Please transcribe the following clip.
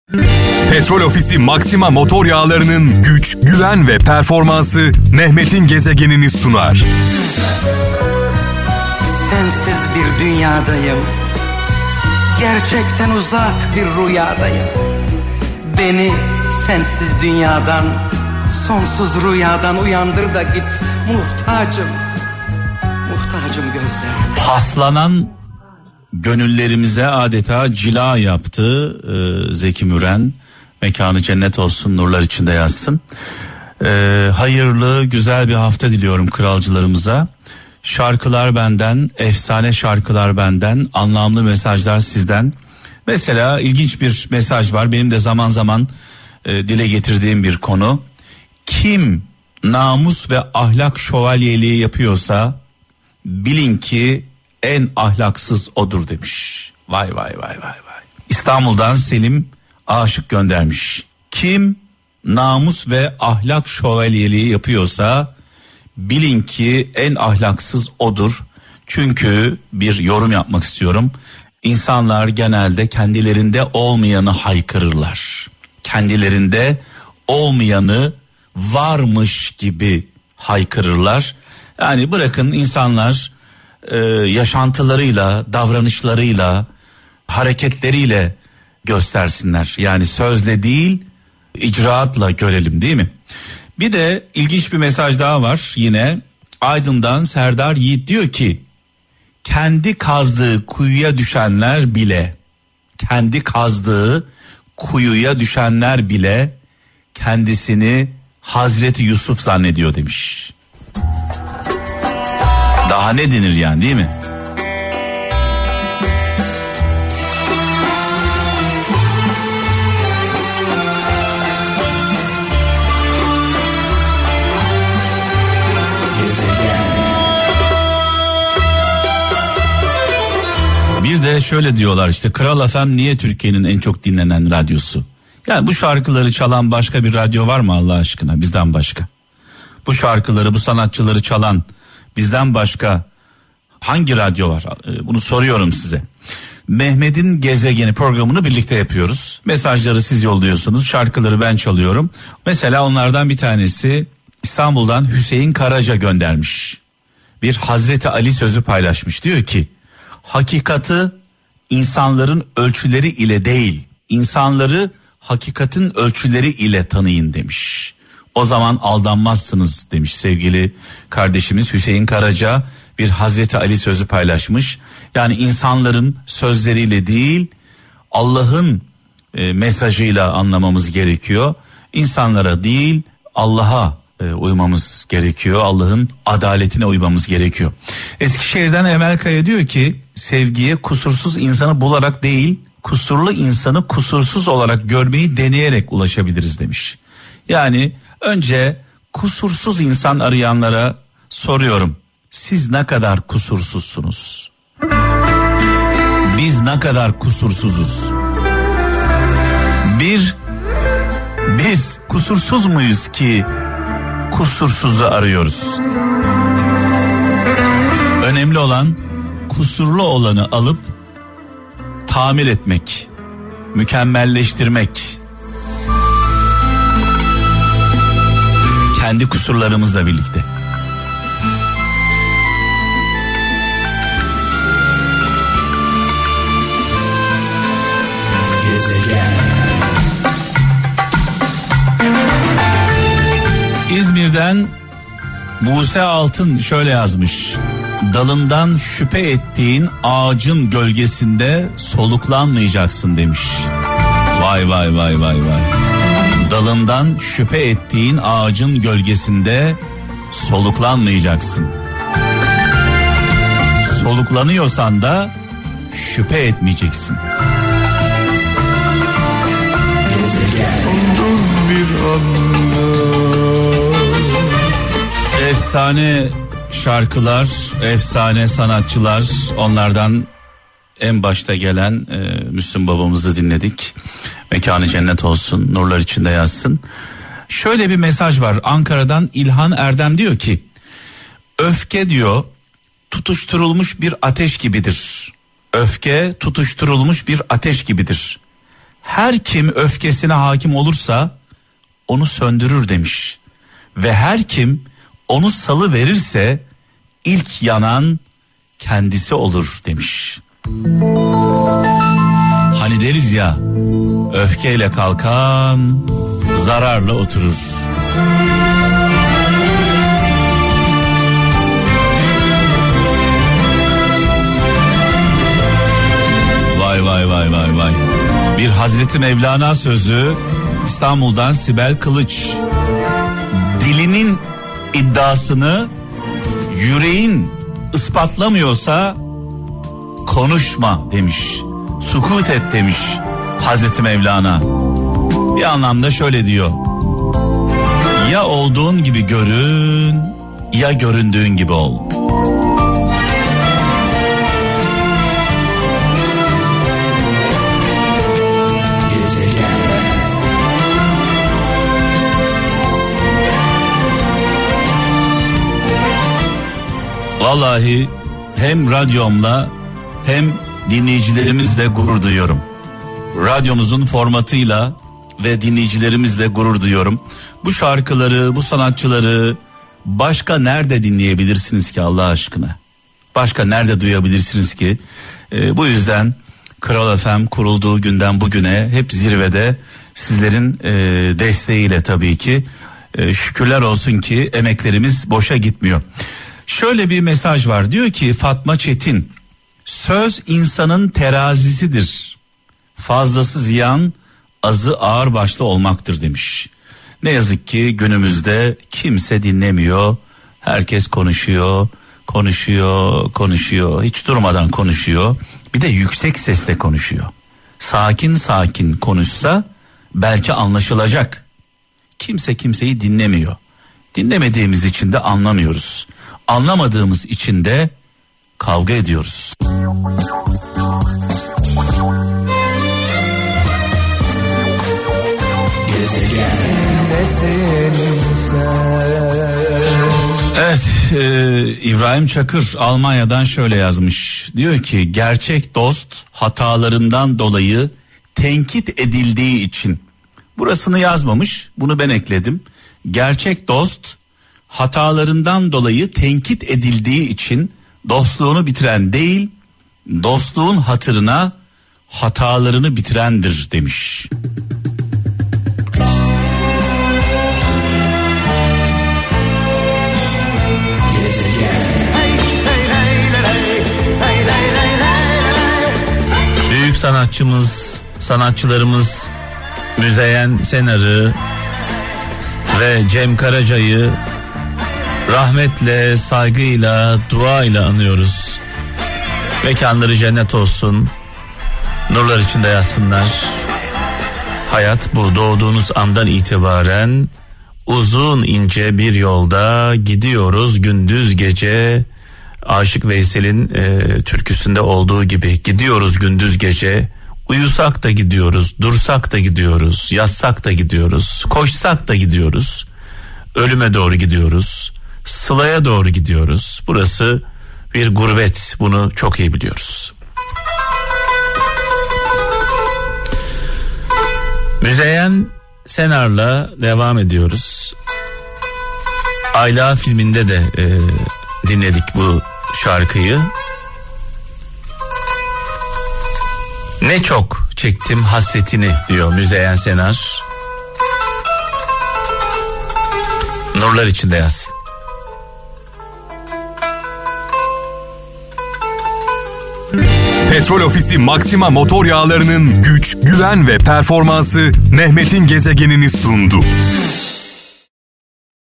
Petrol Ofisi Maxima motor yağlarının güç, güven ve performansı Mehmet'in gezegenini sunar. Sensiz bir dünyadayım. Gerçekten uzak bir rüyadayım. Beni sensiz dünyadan, sonsuz rüyadan uyandır da git. Muhtacım gözlerim. Paslanan gönüllerimize adeta cila yaptı Zeki Müren. Mekanı cennet olsun, nurlar içinde yatsın. Hayırlı, güzel bir hafta diliyorum kralcılarımıza. Şarkılar benden, efsane şarkılar benden, anlamlı mesajlar sizden. Mesela ilginç bir mesaj var. Benim de zaman zaman dile getirdiğim bir konu. Kim namus ve ahlak şövalyeliği yapıyorsa bilin ki en ahlaksız odur demiş. Vay. İstanbul'dan Selim Aşık göndermiş. Kim namus ve ahlak şövalyeliği yapıyorsa bilin ki en ahlaksız odur. Çünkü bir yorum yapmak istiyorum. İnsanlar genelde kendilerinde olmayanı haykırırlar. Kendilerinde olmayanı varmış gibi haykırırlar. Yani bırakın insanlar yaşantılarıyla, davranışlarıyla, hareketleriyle göstersinler. Yani sözle değil, icraatla görelim, değil mi? Bir de ilginç bir mesaj daha var yine. Aydın'dan Serdar Yiğit diyor ki, kendi kazdığı kuyuya düşenler bile kendisini Hazreti Yusuf zannediyor demiş. Daha ne denir yani, değil mi? Bir de şöyle diyorlar işte, Kral FM niye Türkiye'nin en çok dinlenen radyosu? Yani bu şarkıları çalan başka bir radyo var mı Allah aşkına, bizden başka? Bu şarkıları, bu sanatçıları çalan bizden başka hangi radyo var? Bunu soruyorum size. Mehmet'in Gezegeni programını birlikte yapıyoruz. Mesajları siz yolluyorsunuz, şarkıları ben çalıyorum. Mesela onlardan bir tanesi İstanbul'dan Hüseyin Karaca göndermiş. Bir Hazreti Ali sözü paylaşmış. Diyor ki, hakikati insanların ölçüleri ile değil, insanları hakikatin ölçüleri ile tanıyın demiş. O zaman aldanmazsınız demiş sevgili kardeşimiz Hüseyin Karaca. Bir Hazreti Ali sözü paylaşmış. Yani insanların sözleriyle değil, Allah'ın mesajıyla anlamamız gerekiyor. İnsanlara değil, Allah'a uymamız gerekiyor. Allah'ın adaletine uymamız gerekiyor. Eskişehir'den Emel Kaya diyor ki, sevgiye kusursuz insanı bularak değil, kusurlu insanı kusursuz olarak görmeyi deneyerek ulaşabiliriz demiş. Yani önce kusursuz insan arayanlara soruyorum. Siz ne kadar kusursuzsunuz? Biz ne kadar kusursuzuz? Biz kusursuz muyuz ki kusursuzu arıyoruz? Önemli olan kusurlu olanı alıp tamir etmek, mükemmelleştirmek. Kendi kusurlarımızla birlikte. İzmir'den Buse Altın şöyle yazmış. Dalından şüphe ettiğin ağacın gölgesinde soluklanmayacaksın demiş. Vay. Dalından şüphe ettiğin ağacın gölgesinde soluklanmayacaksın. Soluklanıyorsan da şüphe etmeyeceksin. Efsane şarkılar, efsane sanatçılar, onlardan en başta gelen Müslüm babamızı dinledik. Mekanı cennet olsun, nurlar içinde yatsın. Şöyle bir mesaj var. Ankara'dan İlhan Erdem diyor ki, öfke diyor tutuşturulmuş bir ateş gibidir. Öfke tutuşturulmuş bir ateş gibidir. Her kim öfkesine hakim olursa onu söndürür demiş. Ve her kim onu salıverirse ilk yanan kendisi olur demiş. Hani deriz ya, öfkeyle kalkan zararla oturur. Vay. Bir Hazreti Mevlana sözü, İstanbul'dan Sibel Kılıç. Dilinin iddiasını yüreğin ispatlamıyorsa konuşma demiş. Sukut et demiş Hazreti Mevlana. Bir anlamda şöyle diyor: ya olduğun gibi görün, ya göründüğün gibi ol. Vallahi hem radyomla hem dinleyicilerimizle gurur duyuyorum. Radyomuzun formatıyla ve dinleyicilerimizle gurur duyuyorum. Bu şarkıları, bu sanatçıları başka nerede dinleyebilirsiniz ki Allah aşkına? Başka nerede duyabilirsiniz ki? Bu yüzden Kral FM kurulduğu günden bugüne hep zirvede, sizlerin desteğiyle tabii ki. Şükürler olsun ki emeklerimiz boşa gitmiyor. Şöyle bir mesaj var, diyor ki Fatma Çetin: söz insanın terazisidir. Fazlası ziyan, azı ağırbaşlı olmaktır demiş. Ne yazık ki günümüzde kimse dinlemiyor. Herkes konuşuyor. Hiç durmadan konuşuyor. Bir de yüksek sesle konuşuyor. Sakin konuşsa belki anlaşılacak. Kimse kimseyi dinlemiyor. Dinlemediğimiz için de anlamıyoruz. Anlamadığımız için de kavga ediyoruz. Evet, İbrahim Çakır Almanya'dan şöyle yazmış. Diyor ki gerçek dost hatalarından dolayı tenkit edildiği için. Burasını yazmamış, bunu ben ekledim. Gerçek dost hatalarından dolayı tenkit edildiği için dostluğunu bitiren değil, dostluğun hatırına hatalarını bitirendir demiş. Büyük sanatçılarımız Müzeyyen Senar'ı ve Cem Karaca'yı rahmetle, saygıyla, duayla anıyoruz. Mekanları cennet olsun, nurlar içinde yatsınlar. Hayat bu, doğduğunuz andan itibaren uzun ince bir yolda gidiyoruz gündüz gece. Aşık Veysel'in türküsünde olduğu gibi gidiyoruz gündüz gece. Uyusak da gidiyoruz, dursak da gidiyoruz, yatsak da gidiyoruz, koşsak da gidiyoruz. Ölüme doğru gidiyoruz, sılaya doğru gidiyoruz. Burası bir gurbet, bunu çok iyi biliyoruz. Müzeyyen Senar'la devam ediyoruz. Ayla filminde de dinledik bu şarkıyı. Ne çok çektim hasretini diyor Müzeyyen Senar. Nurlar içinde yatsın. Petrol Ofisi Maxima motor yağlarının güç, güven ve performansı Mehmet'in gezegenini sundu.